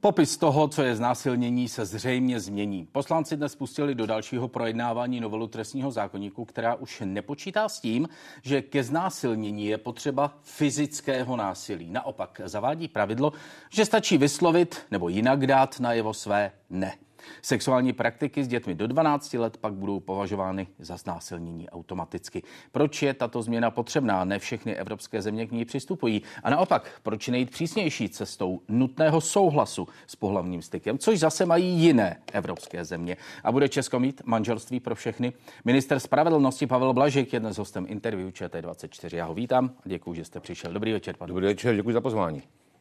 Popis toho, co je znásilnění, se zřejmě změní. Poslanci dnes pustili do dalšího projednávání novelu trestního zákoníku, která už nepočítá s tím, že ke znásilnění je potřeba fyzického násilí. Naopak zavádí pravidlo, že stačí vyslovit nebo jinak dát najevo své ne. Sexuální praktiky s dětmi do 12 let pak budou považovány za znásilnění automaticky. Proč je tato změna potřebná? Ne všechny evropské země k ní přistupují. A naopak, proč nejít přísnější cestou nutného souhlasu s pohlavním stykem, což zase mají jiné evropské země. A bude Česko mít manželství pro všechny? Minister spravedlnosti Pavel Blažek je dnes hostem interview ČT24. Já ho vítám a děkuji, že jste přišel. Dobrý večer, pane. Dobrý večer, děkuji za pozvání.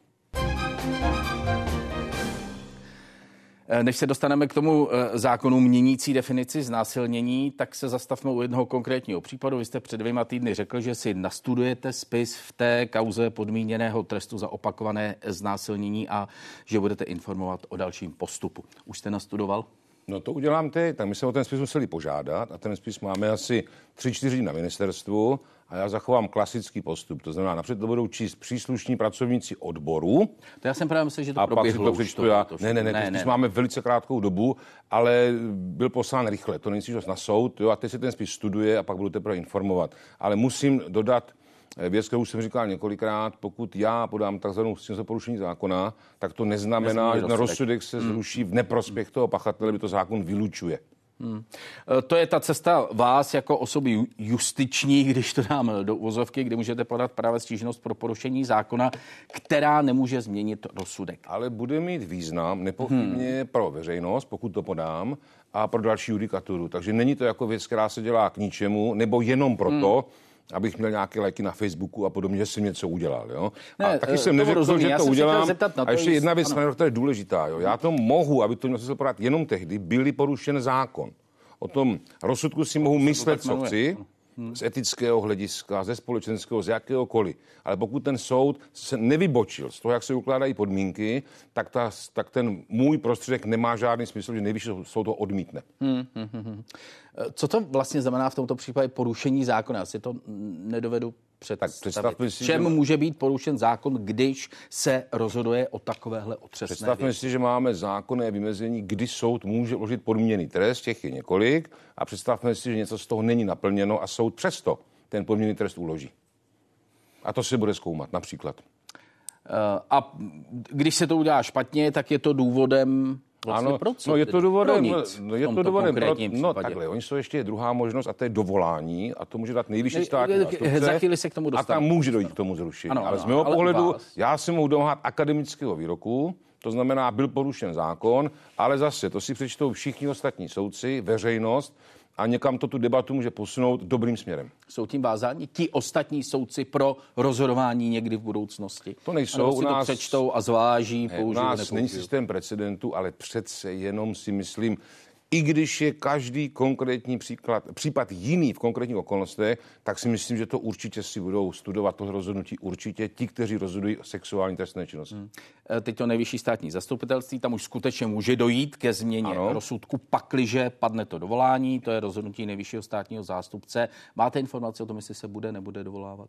Než se dostaneme k tomu zákonu měnící definici znásilnění, tak se zastavme u jednoho konkrétního případu. Vy jste před 2 týdny řekl, že si nastudujete spis v té kauze podmíněného trestu za opakované znásilnění a že budete informovat o dalším postupu. Už jste nastudoval? No to udělám teď, tak my jsme o ten spis museli požádat a ten spis máme asi 3-4 dny na ministerstvu a já zachovám klasický postup. To znamená, napřed to budou číst příslušní pracovníci odboru. To já jsem právě myslel, že to proběhlo. A pak si to přečtu já. Ne, máme velice krátkou dobu, ale byl poslán rychle. To není stížnost na soud, jo, a teď se ten spis studuje a pak budu teprve informovat. Ale musím dodat věc, kterou jsem říkal několikrát, pokud já podám takzvanou stížnost o porušení zákona, tak to neznamená, že ten rozsudek se zruší v neprospěch toho pachatele, by to zákon vylučuje. To je ta cesta vás jako osoby justiční, když to dám do uvozovky, kdy můžete podat právě stížnost pro porušení zákona, která nemůže změnit rozsudek. Ale bude mít význam nepochybně pro veřejnost, pokud to podám, a pro další judikaturu. Takže není to jako věc, která se dělá k ničemu, nebo jenom proto, abych měl nějaké lajky na Facebooku a podobně, že jsem něco udělal. Jo? Ne, a taky jsem neřekl, že to udělám. A ještě jedna věc, která je důležitá. Jo? Já to mohu, aby to měl podat jenom tehdy, byl porušen zákon. O tom rozsudku si mohu myslet, co chci, z etického hlediska, ze společenského, z jakéhokoliv. Ale pokud ten soud se nevybočil z toho, jak se ukládají podmínky, tak ten můj prostředek nemá žádný smysl, že nejvyšší soud to odmítne. Co to vlastně znamená v tomto případě porušení zákona? Já si to nedovedu představit. Čem může být porušen zákon, když se rozhoduje o takovéhle otřesné věci? Představme si, že máme zákonné vymezení, kdy soud může uložit podmíněný trest, těch je několik, a představme si, že něco z toho není naplněno a soud přesto ten podmíněný trest uloží. A to se bude zkoumat například. A když se to udělá špatně, tak je to důvodem vlastně ano, pro co? No je to důvodem, takhle. Oni jsou ještě druhá možnost a to je dovolání a to může dát nejvyšší státní zástupce. Za chvíli se k tomu dostane. A tam může dojít k tomu zrušení. Ano, ale z mého pohledu já si mohu domáhat akademického výroku, to znamená, byl porušen zákon, ale zase to si přečtou všichni ostatní soudci, veřejnost, a někam to tu debatu může posunout dobrým směrem. Jsou tím vázáni ti ostatní soudci pro rozhodování někdy v budoucnosti? To nejsou. U nás to přečtou a zváží, použijí. U nás není systém precedentů, ale přece jenom si myslím, i když je každý konkrétní případ jiný v konkrétních okolnostech, tak si myslím, že to určitě si budou studovat to rozhodnutí určitě ti, kteří rozhodují o sexuální trestné činnosti. Teď to nejvyšší státní zastupitelství, tam už skutečně může dojít ke změně rozsudku, pakliže padne to dovolání, to je rozhodnutí nejvyššího státního zástupce. Máte informace o tom, jestli se bude, nebude dovolávat?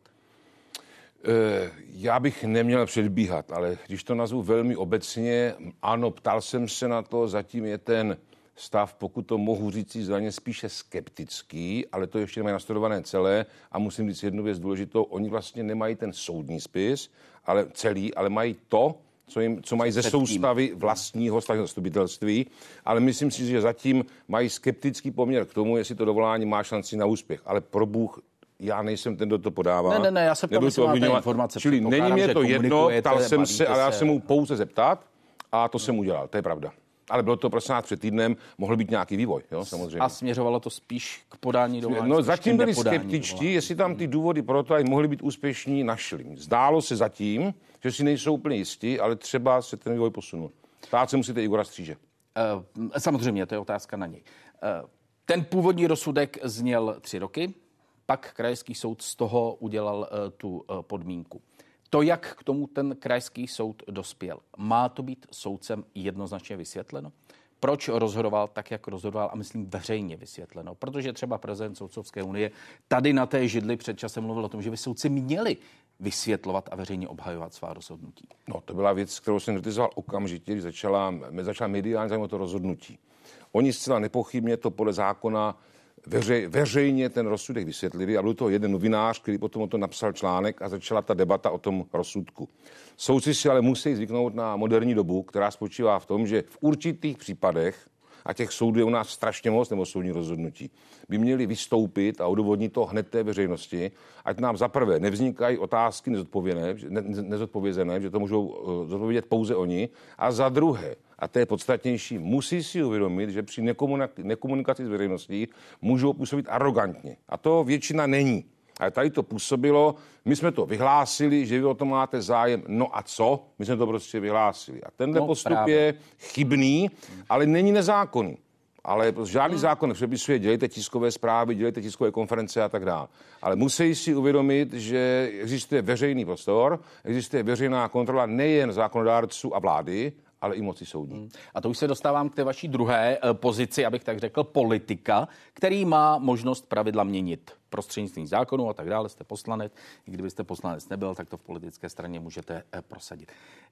Já bych neměl předbíhat, ale když to nazvu velmi obecně, ano, ptal jsem se na to, zatím je ten stav, pokud to mohu říct zvaně, spíše skeptický, ale to ještě nemají nastudované celé a musím říct jednu věc důležitou, oni vlastně nemají ten soudní spis, ale celý, ale mají to, co mají ze soustavy vlastního státního zastupitelství, ale myslím si, že zatím mají skeptický poměr k tomu, jestli to dovolání má šanci na úspěch, ale pro Bůh, já nejsem ten, kdo to podává. Ne, já se ptám, máte informace. Čili není mě to jedno, ptal jsem se, ale já jsem mu pouze zeptat a to jsem udělal, to je pravda. Ale bylo to prosím před týdnem, mohl být nějaký vývoj, jo, samozřejmě. A směřovalo to spíš k podání dovolání? No zatím byli skeptičtí, jestli tam ty důvody pro to, aby mohli být úspěšní, našli. Zdálo se zatím, že si nejsou úplně jistí, ale třeba se ten vývoj posunul. Ptát se musíte Igora Stříže. Samozřejmě, to je otázka na něj. Ten původní rozsudek zněl 3 roky, pak krajský soud z toho udělal tu podmínku. To, jak k tomu ten krajský soud dospěl, má to být soudcem jednoznačně vysvětleno? Proč rozhodoval tak, jak rozhodoval, a myslím veřejně vysvětleno? Protože třeba prezident Soudcovské unie tady na té židli před časem mluvil o tom, že by soudci měli vysvětlovat a veřejně obhajovat svá rozhodnutí? No, to byla věc, kterou jsem kritizoval okamžitě, když začala mediálně zajímat to rozhodnutí. Oni zcela nepochybně to podle zákona veřejně ten rozsudek vysvětlili a byl to jeden novinář, který potom o tom napsal článek a začala ta debata o tom rozsudku. Soudci si ale musí zvyknout na moderní dobu, která spočívá v tom, že v určitých případech, a těch soudů je u nás strašně moc, nebo soudní rozhodnutí, by měli vystoupit a odůvodnit to hned té veřejnosti, ať nám zaprvé nevznikají otázky nezodpovězené, že to můžou zodpovědět pouze oni, a za druhé, a to je podstatnější, musí si uvědomit, že při nekomunikaci s veřejností můžou působit arrogantně. A to většina není. A tady to působilo, my jsme to vyhlásili, že vy o tom máte zájem, no a co? My jsme to prostě vyhlásili. A tenhle postup je chybný, ale není nezákonný. Ale žádný zákon nepřepisuje, dělejte tiskové zprávy, dělejte tiskové konference a tak dále. Ale musí si uvědomit, že existuje veřejný prostor, existuje veřejná kontrola nejen zákonodárců a vlády, ale i moci soudní. A to už se dostávám k té vaší druhé pozici, abych tak řekl, politika, který má možnost pravidla měnit prostřednictvím zákonů a tak dále. Jste poslanec, i kdybyste poslanec nebyl, tak to v politické straně můžete prosadit.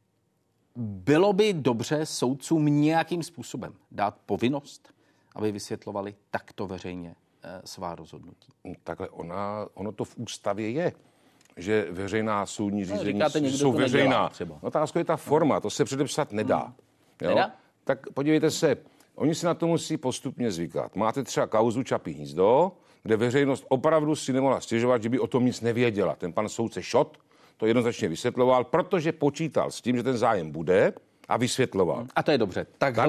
Bylo by dobře soudcům nějakým způsobem dát povinnost, aby vysvětlovali takto veřejně svá rozhodnutí? Takhle ono to v ústavě je, že veřejná soudní řízení říkáte, jsou veřejná. Otázka je ta forma, to se předepsat nedá. Nedá? Tak podívejte se, oni si na to musí postupně zvykat. Máte třeba kauzu Čapí hnízdo, kde veřejnost opravdu si nemohla stěžovat, že by o tom nic nevěděla. Ten pan soudce Šot to jednoznačně vysvětloval, protože počítal s tím, že ten zájem bude, a vysvětloval. A to je dobře.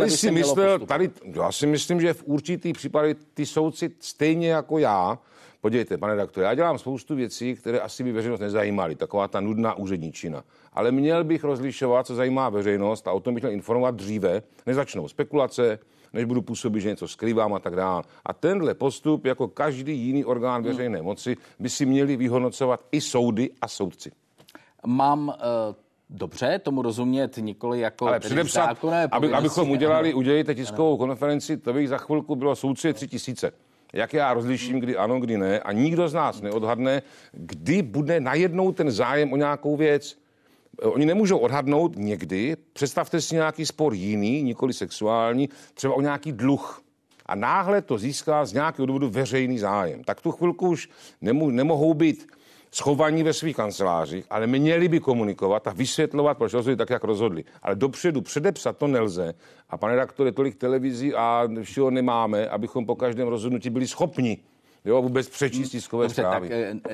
Já si myslím, že v určitých případech ty soudci stejně jako já, podívejte, pane redaktore, já dělám spoustu věcí, které asi by veřejnost nezajímaly, taková ta nudná úředničina. Ale měl bych rozlišovat, co zajímá veřejnost, a o tom bych měl informovat dříve, než začnou spekulace, než budu působit, že něco skrývám a tak dále. A tenhle postup, jako každý jiný orgán veřejné moci, by si měli vyhodnocovat i soudy a soudci. Mám dobře tomu rozumět, nikoli jako ale předepsat, abychom udělejte tiskovou konferenci, to bych za chvilku bylo soudci 3000. Jak já rozliším, kdy ano, kdy ne, a nikdo z nás neodhadne, kdy bude najednou ten zájem o nějakou věc. Oni nemůžou odhadnout někdy, představte si nějaký spor jiný, nikoli sexuální, třeba o nějaký dluh. A náhle to získá z nějakého důvodu veřejný zájem. Tak tu chvilku už nemohou být schovaní ve svých kancelářích, ale měli by komunikovat a vysvětlovat, proč rozhodli tak, jak rozhodli. Ale dopředu předepsat to nelze. A pane redaktore, tolik televizí a všeho nemáme, abychom po každém rozhodnutí byli schopni vůbec přečíst tiskové zprávy.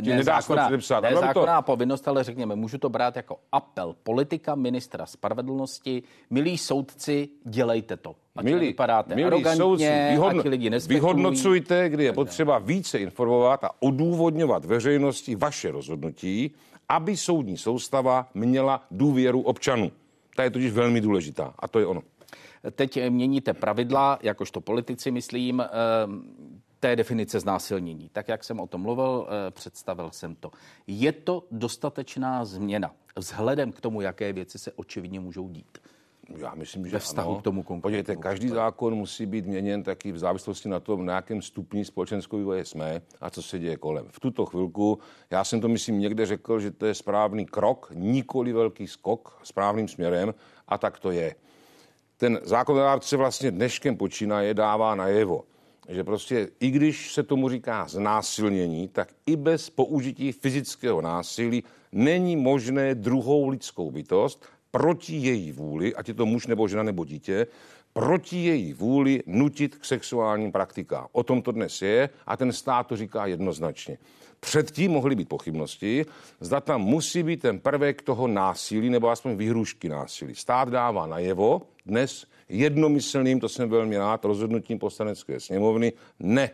Nezákonná povinnost, ale řekněme, můžu to brát jako apel politika, ministra spravedlnosti. Milí soudci, dělejte to. Milí soudci, vyhodnocujte, kdy je potřeba více informovat a odůvodňovat veřejnosti vaše rozhodnutí, aby soudní soustava měla důvěru občanů. Ta je totiž velmi důležitá a to je ono. Teď měníte pravidla, jakožto politici, myslím, té definice znásilnění. Tak, jak jsem o tom mluvil, představil jsem to. Je to dostatečná změna vzhledem k tomu, jaké věci se očividně můžou dít? Já myslím, že ve vztahu k tomu konkrétnímu. Podívejte, každý zákon musí být měněn taky v závislosti na tom, na jakém stupni společenského vývoje jsme a co se děje kolem. V tuto chvilku, já jsem to myslím někde řekl, že to je správný krok, nikoli velký skok správným směrem, a tak to je. Ten zákonodárce vlastně dneškem počínaje dává najevo, že prostě i když se tomu říká znásilnění, tak i bez použití fyzického násilí není možné druhou lidskou bytost proti její vůli, ať je to muž nebo žena nebo dítě, proti její vůli nutit k sexuálním praktikám. O tom to dnes je a ten stát to říká jednoznačně. Předtím mohly být pochybnosti, zda tam musí být ten prvek toho násilí nebo aspoň výhrušky násilí. Stát dává najevo dnes jednomyslným, to jsem velmi rád, rozhodnutím Poslanecké sněmovny, ne.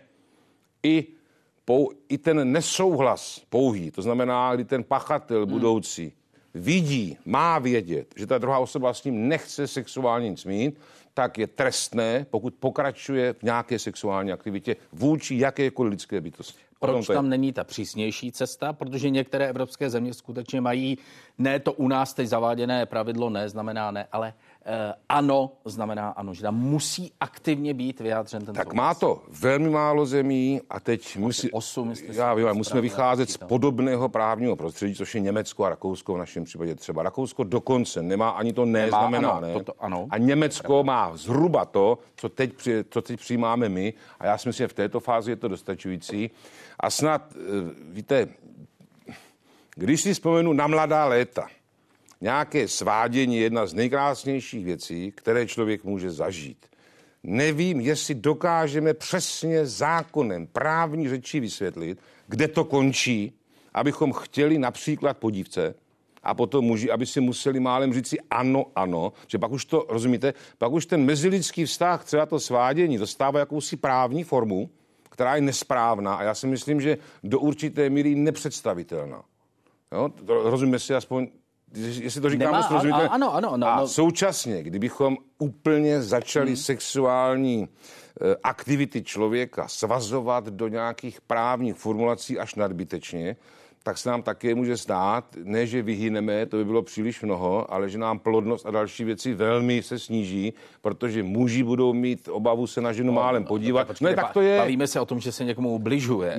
I ten nesouhlas pouhý, to znamená, kdy ten pachatel budoucí vidí, má vědět, že ta druhá osoba s ním nechce sexuálně nic mít, tak je trestné, pokud pokračuje v nějaké sexuální aktivitě vůči jakékoliv lidské bytosti. Proč tam není ta přísnější cesta? Protože některé evropské země skutečně mají, ne to u nás teď zaváděné pravidlo, ne, znamená ne, ale ano znamená ano, že tam musí aktivně být vyjádřen ten Tak souhlas. má to velmi málo zemí a teď musíme vycházet z podobného právního prostředí, což je Německo a Rakousko v našem případě třeba. Rakousko dokonce nemá ani to znamená ano, ne. Ano. A Německo má zhruba to, co teď přijímáme my a já si myslím, že v této fázi je to dostačující. A snad, víte, když si vzpomenu na mladá léta, nějaké svádění je jedna z nejkrásnějších věcí, které člověk může zažít. Nevím, jestli dokážeme přesně zákonem právní řečí vysvětlit, kde to končí, abychom chtěli například po dívce a potom muži, aby si museli málem říct si ano, že pak už to, rozumíte, pak už ten mezilidský vztah, třeba to svádění, dostává jakousi právní formu, která je nesprávná a já si myslím, že do určité míry nepředstavitelná. Jo? Rozumíme si aspoň, jestli to říkáme srozumitelně. Ano. A současně, kdybychom úplně začali sexuální aktivity člověka svazovat do nějakých právních formulací až nadbytečně, tak se nám také může stát, ne, že vyhyneme, to by bylo příliš mnoho, ale že nám plodnost a další věci velmi se sníží, protože muži budou mít obavu se na ženu málem podívat. Tak to je. Bavíme se o tom, že se někomu ubližuje.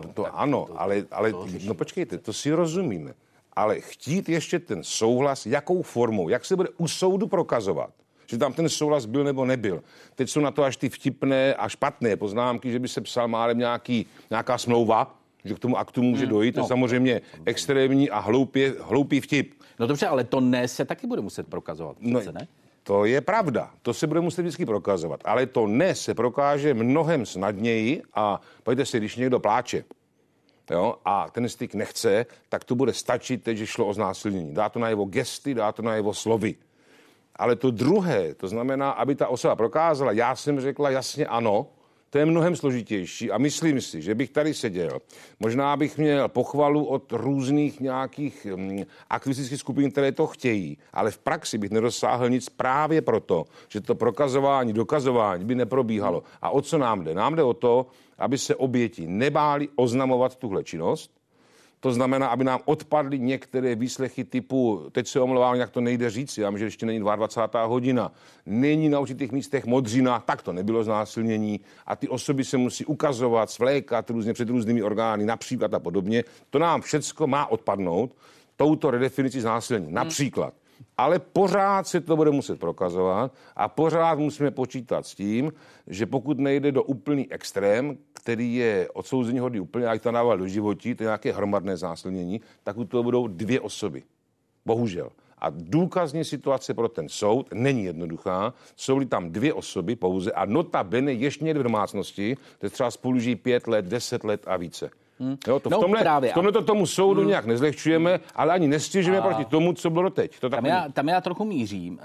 No počkejte, to si rozumíme. Ale chtít ještě ten souhlas, jakou formou, jak se bude u soudu prokazovat, že tam ten souhlas byl nebo nebyl. Teď jsou na to až ty vtipné a špatné poznámky, že by se psal málem nějaká smlouva, že k tomu aktu může dojít. To je samozřejmě extrémní a hloupý vtip. No dobře, ale to ne se taky bude muset prokazovat. Přece, ne? To je pravda. To se bude muset vždycky prokazovat. Ale to ne se prokáže mnohem snadněji a pojďte si, když někdo pláče, jo, a ten styk nechce, tak to bude stačit teď, že šlo o znásilnění. Dá to najevo gesty, dá to najevo slovy. Ale to druhé, to znamená, aby ta osoba prokázala, já jsem řekla jasně ano, to je mnohem složitější a myslím si, že bych tady seděl. Možná bych měl pochvalu od různých nějakých aktivistických skupin, které to chtějí, ale v praxi bych nedosáhl nic právě proto, že to prokazování, dokazování by neprobíhalo. A o co nám jde? Nám jde o to, aby se oběti nebáli oznamovat tuhle činnost. To znamená, aby nám odpadly některé výslechy typu, teď se omlouvám, jak to nejde říct, já vím, že ještě není 22. hodina, není na určitých místech modřina, tak to nebylo znásilnění a ty osoby se musí ukazovat, svlékat různě před různými orgány, například a podobně. To nám všecko má odpadnout touto redefinicí znásilnění, například. Ale pořád se to bude muset prokazovat a pořád musíme počítat s tím, že pokud nejde do úplný extrém, který je odsouzeníhodný úplně, jak to dává do životí, to je nějaké hromadné znásilnění, tak u toho budou 2 osoby. Bohužel. A důkazní situace pro ten soud není jednoduchá. Jsou-li tam 2 osoby pouze a notabene ještě někde v domácnosti, to třeba spolu žijí 5 let, 10 let a více. Jo, to v tomhle to tomu soudu nějak nezlehčujeme, ale ani nestěžujeme proti tomu, co bylo teď. Tam já trochu mířím.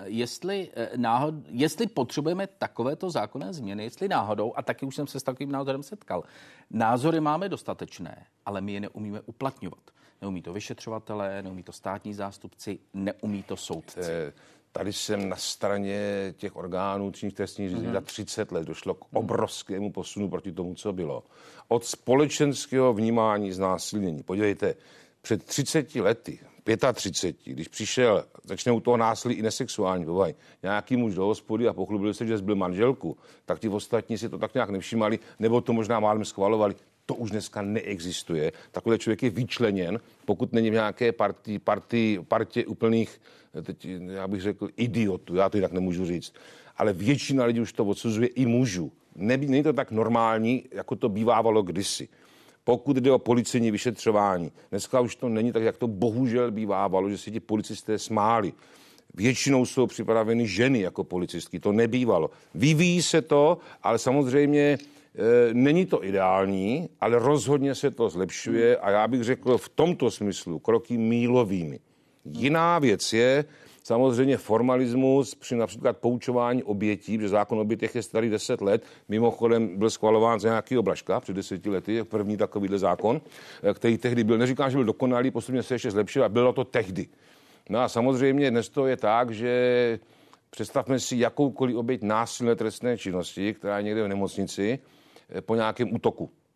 Jestli potřebujeme takovéto zákonné změny, jestli náhodou, a taky už jsem se s takovým názorem setkal, názory máme dostatečné, ale my je neumíme uplatňovat. Neumí to vyšetřovatelé, neumí to státní zástupci, neumí to soudci. Tady jsem na straně těch orgánů činných trestních řízení za 30 let došlo k obrovskému posunu proti tomu, co bylo. Od společenského vnímání znásilnění. Podívejte, před 30 lety, 35, když začne u toho násilí i nesexuální povahy, nějaký muž do hospody a pochlubil se, že zbyl manželku, tak ti ostatní si to tak nějak nevšímali, nebo to možná málem schvalovali. To už dneska neexistuje. Takový člověk je vyčleněn, pokud není v nějaké partě úplných, teď já bych řekl, idiotů, já to jinak nemůžu říct, ale většina lidí už to odsuzuje i mužů. Není to tak normální, jako to bývávalo kdysi. Pokud jde o policejní vyšetřování, dneska už to není tak, jak to bohužel bývávalo, že si ti policisté smáli. Většinou jsou připraveny ženy jako policistky, to nebývalo. Vyvíjí se to, ale samozřejmě není to ideální, ale rozhodně se to zlepšuje a já bych řekl v tomto smyslu kroky mílovými. Jiná věc je samozřejmě formalismus při například poučování obětí, protože zákon o obětech je starý 10 let, mimochodem byl schvalován za nějakého Blažka před 10 lety, první takovýhle zákon, který tehdy byl, neříkám, že byl dokonalý, postupně se ještě zlepšil a bylo to tehdy. No a samozřejmě dnes to je tak, že představme si jakoukoliv oběť násilné trestné činnosti, která je někde v nemocnici, po nějakém útoku.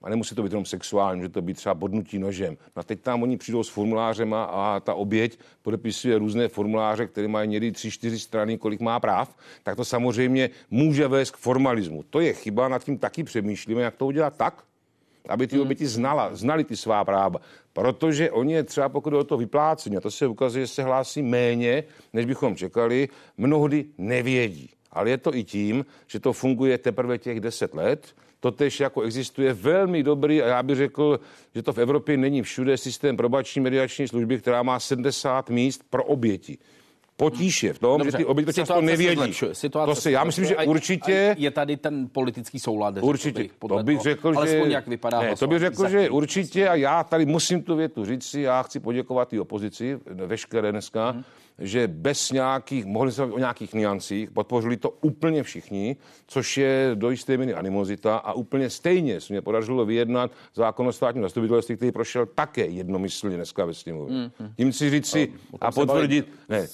A nemusí to být jenom sexuální, může to být třeba bodnutí nožem. No a teď tam oni přijdou s formulářem a ta oběť podepisuje různé formuláře, které mají někdy 3-4 strany, kolik má práv, tak to samozřejmě může vést k formalismu. To je chyba, nad tím taky přemýšlíme, jak to udělat tak, aby ty oběti znali ty svá práva. Protože oni je třeba, pokud o to vyplácení, a to se ukazuje, že se hlásí méně, než bychom čekali, mnohdy nevědí. Ale je to i tím, že to funguje teprve těch 10 let. Totež jako existuje velmi dobrý, a já bych řekl, že to v Evropě není všude, systém probační mediační služby, která má 70 míst pro oběti. Potíž je v tom, že ty oběti často nevědí. Já myslím, že určitě... Je tady ten politický soulad. Určitě. To bych řekl, alespoň jak vypadá. Ne, to bych řekl, že určitě, a já tady musím tu větu říct si, já chci poděkovat i opozici, veškeré dneska, že bez nějakých, mohli jsme o nějakých niancích, podpořili to úplně všichni, což je do jisté míry animozita a úplně stejně se mě podařilo vyjednat zákon o státním zastupitelství, který prošel také jednomyslně dneska ve sněmovně. Tím chci říct si a potvrdit,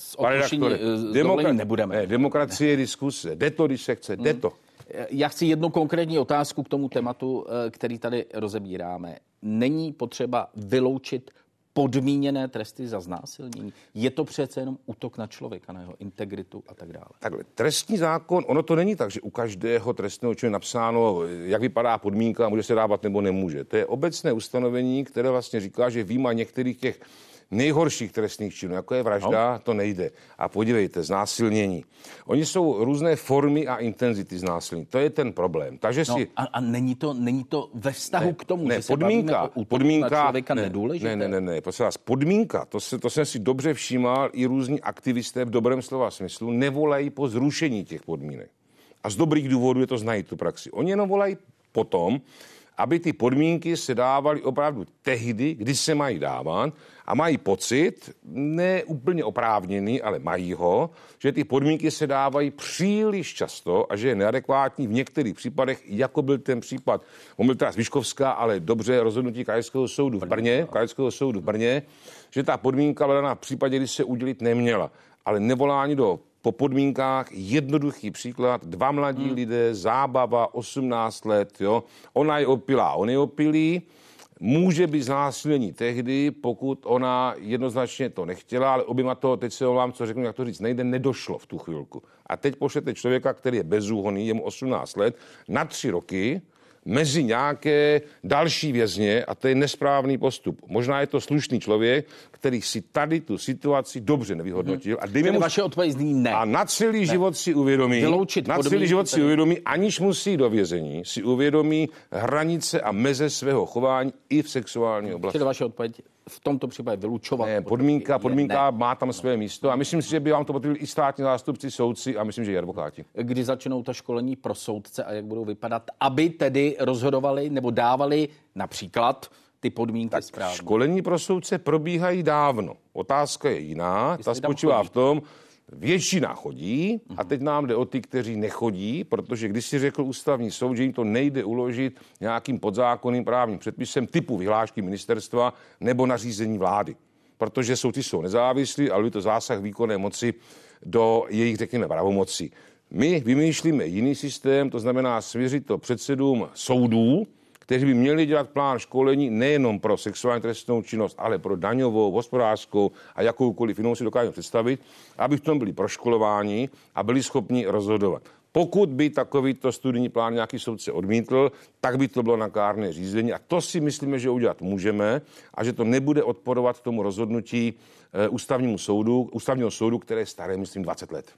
demokracie je diskuse, jde to, když se chce, jde to. Já chci jednu konkrétní otázku k tomu tématu, který tady rozebíráme. Není potřeba vyloučit podmíněné tresty za znásilnění? Je to přece jenom útok na člověka, na jeho integritu a tak dále? Takhle, trestní zákon, ono to není tak, že u každého trestného činu je napsáno, jak vypadá podmínka, může se dávat nebo nemůže. To je obecné ustanovení, které vlastně říká, že výjima některých těch nejhorších trestných činů, jako je vražda, to nejde. A podívejte, znásilnění. Oni jsou různé formy a intenzity znásilnění. To je ten problém. Takže a není to ve vztahu k tomu, že se podmínka na člověka nedůležité? Ne, prosím vás, podmínka, to jsem si dobře všímal, i různí aktivisté v dobrém slova smyslu nevolají po zrušení těch podmínek. A z dobrých důvodů je to znají tu praxi. Oni jenom volají potom, aby ty podmínky se dávaly opravdu tehdy, kdy se mají dávat a mají pocit, ne úplně oprávněný, ale mají ho, že ty podmínky se dávají příliš často a že je neadekvátní v některých případech, jako byl ten případ, on byl teda z Vyškovská, ale dobře rozhodnutí Krajského soudu v Brně, že ta podmínka byla na případě, kdy se udělit neměla, ale nevolání po podmínkách, jednoduchý příklad, 2 mladí lidé, zábava, 18 let, jo. Ona je opilá, on je opilý, může být znásilnění tehdy, pokud ona jednoznačně to nechtěla, ale oběma to, teď se vám co řeknu, jak to říct, nejde, nedošlo v tu chvilku. A teď pošlete člověka, který je bezúhonný, je mu 18 let, na 3 roky, mezi nějaké další vězně a to je nesprávný postup. Možná je to slušný člověk, který si tady tu situaci dobře nevyhodnotil. A vaše odpověď zní ne. A na celý život si uvědomí, aniž musí do vězení, si uvědomí hranice a meze svého chování i v sexuální oblasti. Čili vaše odpověď v tomto případě vylučovat. Ne, podmínka má tam své místo a myslím si, že by vám to potvrdili i státní zástupci, soudci a myslím, že i advokáti. Kdy začnou ta školení pro soudce a jak budou vypadat, aby tedy rozhodovali nebo dávali například ty podmínky správně? Školení pro soudce probíhají dávno. Otázka je jiná. Ta spočívá v tom, většina chodí a teď nám jde o ty, kteří nechodí, protože když si řekl ústavní soud, že jim to nejde uložit nějakým podzákonným právním předpisem typu vyhlášky ministerstva nebo nařízení vlády. Protože soudci jsou nezávislí, ale je to zásah výkonné moci do jejich, řekněme, pravomocí. My vymýšlíme jiný systém, to znamená svěřit to předsedům soudů, kteří by měli dělat plán školení nejenom pro sexuální trestnou činnost, ale pro daňovou, hospodářskou a jakoukoliv jinou si dokážeme představit, aby v tom byli proškolováni a byli schopni rozhodovat. Pokud by takovýto studijní plán nějaký soudce odmítl, tak by to bylo na kárné řízení a to si myslíme, že udělat můžeme a že to nebude odporovat tomu rozhodnutí ústavního soudu, které je staré, myslím, 20 let.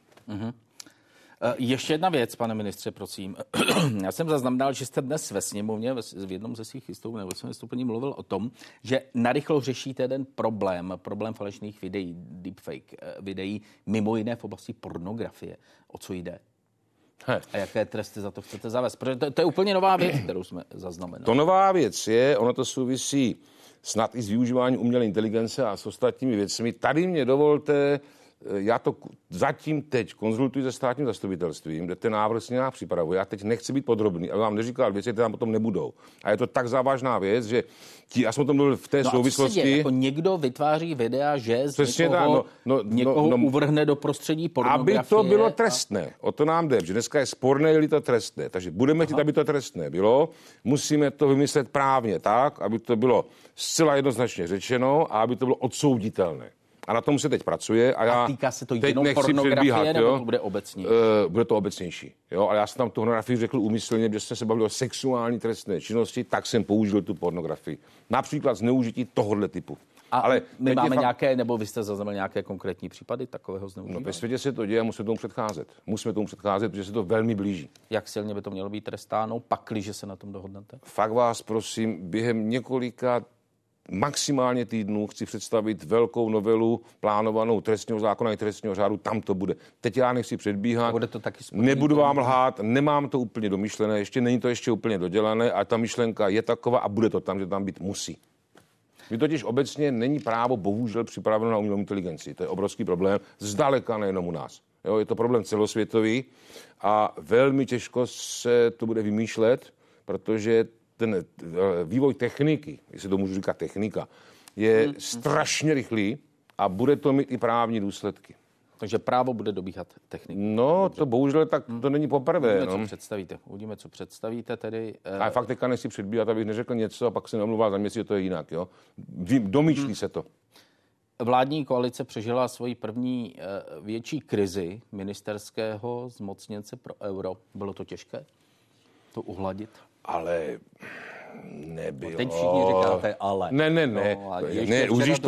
Ještě jedna věc, pane ministře, prosím. Já jsem zaznamenal, že jste dnes ve sněmovně v jednom ze svých vystoupení mluvil o tom, že narychlo řešíte ten problém falešných videí, deepfake videí, mimo jiné v oblasti pornografie. O co jde? A jaké tresty za to chcete zavést? Protože to je úplně nová věc, kterou jsme zaznamenali. To nová věc je, ono to souvisí snad i s využíváním umělé inteligence a s ostatními věcmi. Tady mě dovolte já to zatím teď konzultuji se státním zastupitelstvím, kde ten návrh si nějak připravuje. Já teď nechci být podrobný, ale vám neříkal věci, které tam potom nebudou. A je to tak závažná věc, že já jsem o tom mluvil v té souvislosti. A co se děje? Jako někdo vytváří videa, že někoho uvrhne do prostředí pornografie. Aby to bylo trestné. O to nám jde, že dneska je sporné, je to trestné. Takže budeme chtít, aby to trestné bylo. Musíme to vymyslet právně tak, aby to bylo zcela jednoznačně řečeno a aby to bylo odsouditelné. A na tom se teď pracuje. A týká se to jenom pornografie, nebo to bude obecnější? Bude to obecnější. Jo? Ale já jsem tam tu pornografii řekl úmyslně, že jsme se bavili o sexuální trestné činnosti, tak jsem použil tu pornografii. Například zneužití tohohle typu. Ale my máme nějaké, nebo vy jste zaznamenali nějaké konkrétní případy takového zneužívání? No, ve světě se to děje a musíme tomu předcházet. Musíme tomu předcházet, protože se to velmi blíží. Jak silně by to mělo být trestáno, pakliže se na tom dohodnete? Fakt vás prosím, během několika maximálně týdnů chci představit velkou novelu plánovanou trestního zákona i trestního řádu, tam to bude. Teď já nechci předbíhat, bude to taky nebudu vám lhát, nemám to úplně domyšlené, není to ještě úplně dodělané a ta myšlenka je taková a bude to tam, že tam být musí. Vy totiž obecně není právo bohužel připraveno na umělou inteligenci. To je obrovský problém, zdaleka nejenom u nás. Jo, je to problém celosvětový a velmi těžko se to bude vymýšlet, protože ten vývoj techniky, jestli to můžu říkat technika, je strašně rychlý a bude to mít i právní důsledky. Takže právo bude dobíhat techniku. No, to bohužel tak to není poprvé. Uvidíme, co představíte tedy. A fakt teďka nechci předbíhat, abych neřekl něco a pak se neomluval za měsíc, že to je jinak. Jo? Domýšlí se to. Vládní koalice přežila svoji první větší krizi ministerského zmocněnce pro euro. Bylo to těžké to uhladit? Ale nebylo. Teď všichni říkáte ale. Ne. Ne,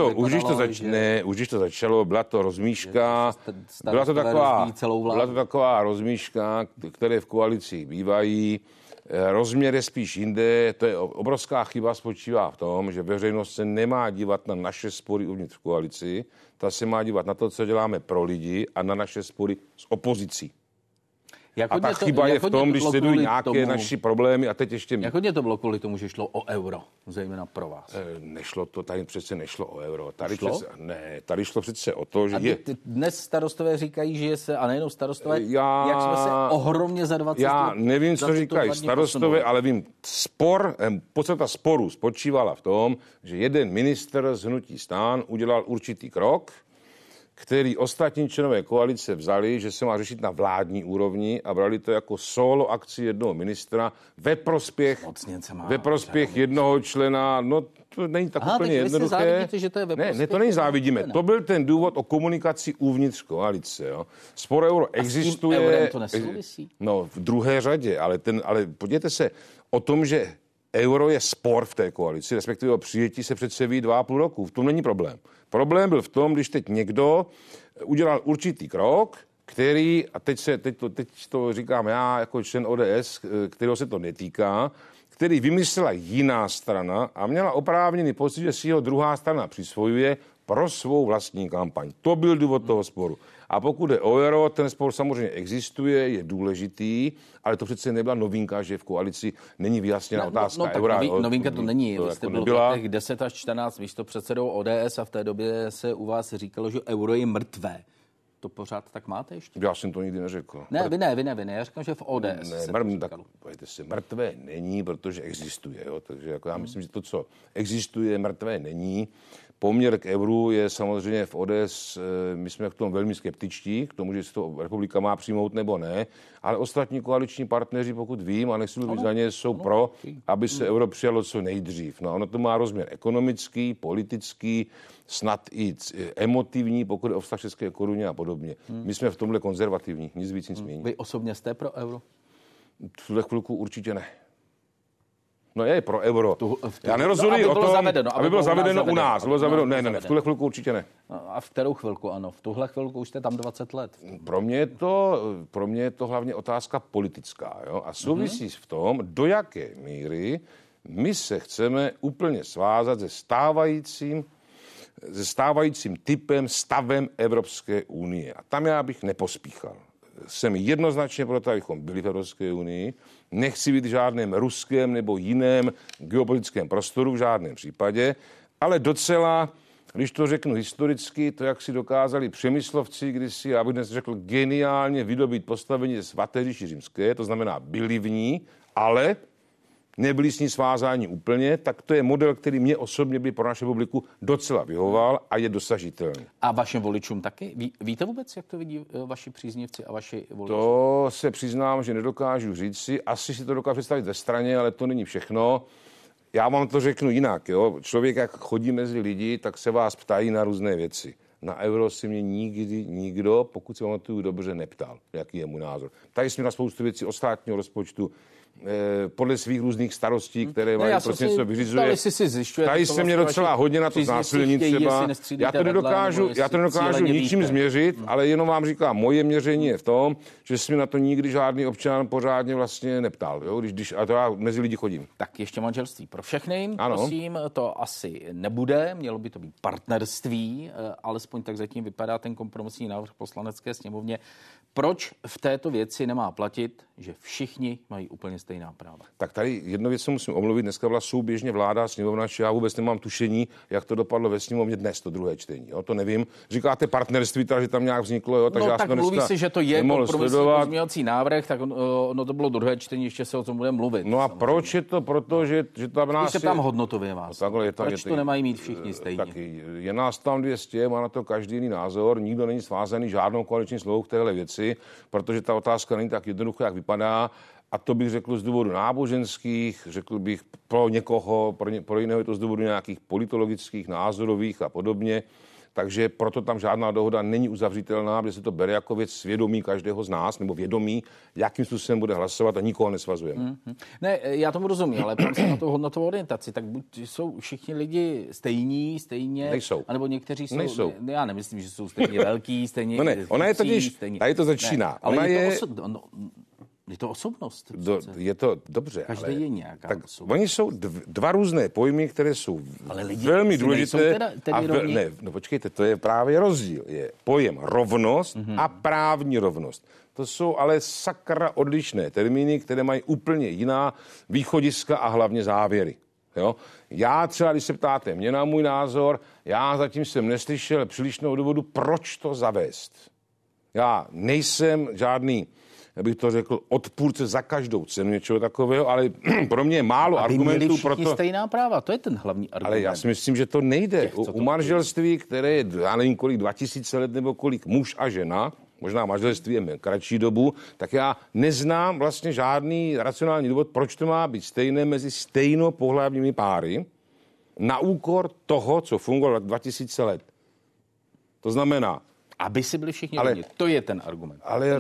už když to začalo, byla to rozmíška. Byla to taková rozmíška, které v koalici bývají. Rozměr je spíš jinde. To je obrovská chyba, spočívá v tom, že veřejnost se nemá dívat na naše spory uvnitř v koalici. Ta se má dívat na to, co děláme pro lidi a na naše spory s opozicí. A ta chyba je v tom, když sledují nějaké naši problémy a teď ještě... Jak hodně to bylo kvůli tomu, že šlo o euro, zejména pro vás? Nešlo to, tady přece nešlo o euro. Tady šlo přece o to, že dnes starostové říkají, že se, a nejenom starostové, jak jsme se ohromně za 20 Já nevím, co říkají starostové, ale vím, podstata sporu spočívala v tom, že jeden ministr z hnutí STAN udělal určitý krok, který ostatní členové koalice vzali, že se má řešit na vládní úrovni a brali to jako solo akci jednoho ministra ve prospěch jednoho člena. No to není tak úplně jednoduché. Závidíte, že to je ve prospěch? Ne, to není závidíme. To byl ten důvod o komunikaci uvnitř koalice. Jo. Spor euro existuje. A s tím eurem to nesouvisí? No v druhé řadě, ale podívejte se o tom, že euro je spor v té koalici, respektive o přijetí se přece ví 2,5 roku. V tom není problém. Problém byl v tom, když teď někdo udělal určitý krok, který, a teď to říkám já jako člen ODS, kterého se to netýká, který vymyslela jiná strana a měla oprávněný pocit, že si ho druhá strana přisvojuje pro svou vlastní kampaň. To byl důvod toho sporu. A pokud je o euro, ten spor samozřejmě existuje, je důležitý, ale to přece nebyla novinka, že v koalici není vyjasněna otázka eura. Novinka to není. Vy jste byl v letech 10 až 14 místopředsedou ODS a v té době se u vás říkalo, že euro je mrtvé. To pořád tak máte ještě? Já jsem to nikdy neřekl. Vy ne. Já říkám, že v ODS mrtvé není, protože existuje. Jo? Takže jako já myslím, že to, co existuje, mrtvé není. Poměr k euru je samozřejmě v ODS, my jsme k tomu velmi skeptičtí, k tomu, že se to republika má přijmout nebo ne, ale ostatní koaliční partneři, pokud vím, a nechci mluvit za ně, jsou pro, aby se euro přijalo co nejdřív. No, ono to má rozměr ekonomický, politický, snad i emotivní, pokud je o vztah české koruně a podobně. My jsme v tomhle konzervativní, nic víc, nic méně. Vy osobně jste pro euro? V tuhle chvilku určitě ne. No je pro euro. Já nerozhoduji o tom, aby bylo zavedeno u nás. Ne, v tuhle chvilku určitě ne. A v kterou chvilku ano? V tuhle chvilku už jste tam 20 let. Pro mě je to hlavně otázka politická. Jo? A souvisí v tom, do jaké míry my se chceme úplně svázat se stávajícím typem, stavem Evropské unie. A tam já bych nepospíchal. Jsem jednoznačně proto, abychom byli v Evropské unii. Nechci být v žádném ruském nebo jiném geopolitickém prostoru, v žádném případě, ale docela když to řeknu historicky, to, jak si dokázali Přemyslovci, když si, já bych dnes řekl, geniálně vydobít postavení ze svaté říši římské, to znamená byli v ní, ale nebyli s ní svázáni úplně, tak to je model, který mě osobně by pro naši republiku docela vyhoval a je dosažitelný. A vašim voličům taky? Víte vůbec, jak to vidí vaši příznivci a vaši voliči? To se přiznám, že nedokážu říct si. Asi si to dokážu představit ve straně, ale to není všechno. Já vám to řeknu jinak. Jo? Člověk, jak chodí mezi lidi, tak se vás ptají na různé věci. Na euro si mě nikdy nikdo, pokud si pamatuju dobře, neptal, jaký je můj názor. Ptají se mě na spoustu věcí o státního rozpočtu, podle svých různých starostí, které mají prostě něco vyřizuje. Tady se mě docela hodně na to znásilnění třeba. Já to nedokážu ničím změřit, ale jenom vám říkám, moje měření je v tom, že se mě na to nikdy žádný občan pořádně vlastně neptal, jo? A to já mezi lidi chodím. Tak ještě manželství pro všechny, prosím, to asi nebude, mělo by to být partnerství, alespoň tak zatím vypadá ten kompromisní návrh v Poslanecké sněmovně. Proč v této věci nemá platit, že všichni mají úplně stejná práva? Tak tady jednu věc musím omluvit. Dneska byla souběžně vláda a sněmovna, či já vůbec nemám tušení, jak to dopadlo ve sněmovně dnes, to druhé čtení. Jo? To nevím. Říkáte partnerství, takže tam nějak vzniklo. Jo? Takže no tak mluví se, že to je kompromisní pozměňovací návrh, tak ono to bylo druhé čtení, ještě se o tom bude mluvit. No a samozřejmě. Proč je to? Protože tam nás je tam hodnotově vás. No, proč to nemají mít všichni stejně? Tak je nás tam 200, má na to každý jiný názor, nikdo není svázaný žádnou koaliční smlouvou k téhle věci, protože ta otázka není tak jednoduchá, jak vypadá. A to bych řekl z důvodu náboženských, řekl bych pro někoho, pro jiného je to z důvodu nějakých politologických, názorových a podobně. Takže proto tam žádná dohoda není uzavřitelná, protože se to bere jako věc svědomí každého z nás, nebo vědomí, jakým způsobem bude hlasovat a nikoho nesvazujeme. Ne, já tomu rozumím, ale ptám se na tu hodnotovou orientaci. Tak buď jsou všichni lidi stejně, nejsou. Anebo někteří jsou. Nejsou. Já nemyslím, že jsou stejně velký, stejně. No ne, ona je totiž, tady to začíná. Ne, ale je to osobnost. Je to dobře. Každý je nějaká osobnost. Oni jsou dva různé pojmy, které jsou velmi důležité. Počkejte, to je právě rozdíl. Je pojem rovnost a právní rovnost. To jsou ale sakra odlišné termíny, které mají úplně jiná východiska a hlavně závěry. Jo? Já třeba, když se ptáte mě na můj názor, já zatím jsem neslyšel přílišného důvodu, proč to zavést. Já nejsem žádný, já bych to řekl, odpůrce za každou cenu něčeho takového, ale pro mě je málo argumentů pro to. Stejná práva, to je ten hlavní argument. Ale já si myslím, že to nejde. U manželství, které je, já nevím kolik, 2000 let nebo kolik, muž a žena, možná manželství je kratší dobu, tak já neznám vlastně žádný racionální důvod, proč to má být stejné mezi stejnopohlavními páry na úkor toho, co fungovalo 2000 let. To znamená, aby si byli všichni rovni. To je ten argument. Ale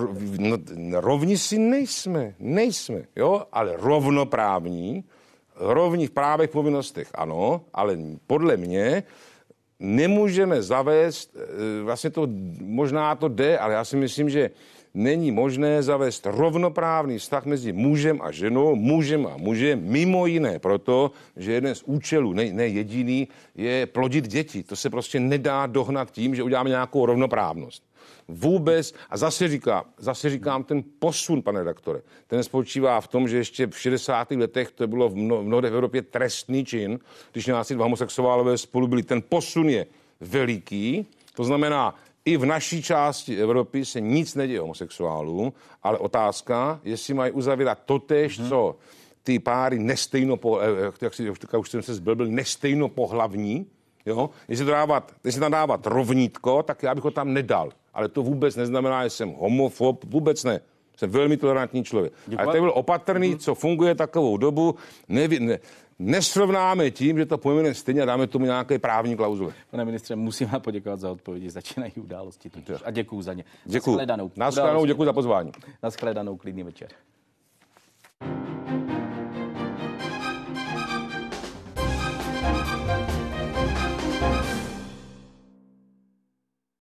rovni si nejsme, jo? Ale rovnoprávní, rovní v právech, povinnostech, ano, ale podle mě nemůžeme zavést, vlastně to možná to jde, ale já si myslím, že není možné zavést rovnoprávný vztah mezi mužem a ženou, mužem a mužem, mimo jiné proto, že jeden z účelů, ne jediný, je plodit děti. To se prostě nedá dohnat tím, že uděláme nějakou rovnoprávnost. Vůbec, a zase říkám ten posun, pane redaktore, ten spočívá v tom, že ještě v 60. letech to bylo v mnohde v Evropě trestný čin, když nějací dva homosexuálové spolu byli. Ten posun je veliký, to znamená, i v naší části Evropy se nic neděje homosexuálům, ale otázka, jestli mají uzavírat totéž, co ty páry nestejnopohlavní, jo? Jestli tam dávat rovnítko, tak já bych ho tam nedal. Ale to vůbec neznamená, že jsem homofob, vůbec ne. Jsem velmi tolerantní člověk. Ale to byl opatrný, co funguje takovou dobu, nesrovnáme tím, že to pojmenujeme stejně a dáme tomu nějaké právní klauzule. Pane ministře, musím vám poděkovat za odpovědi. Začínají události a děkuju za ně. Děkuju. Děkuju za pozvání. Naschledanou, klidný večer.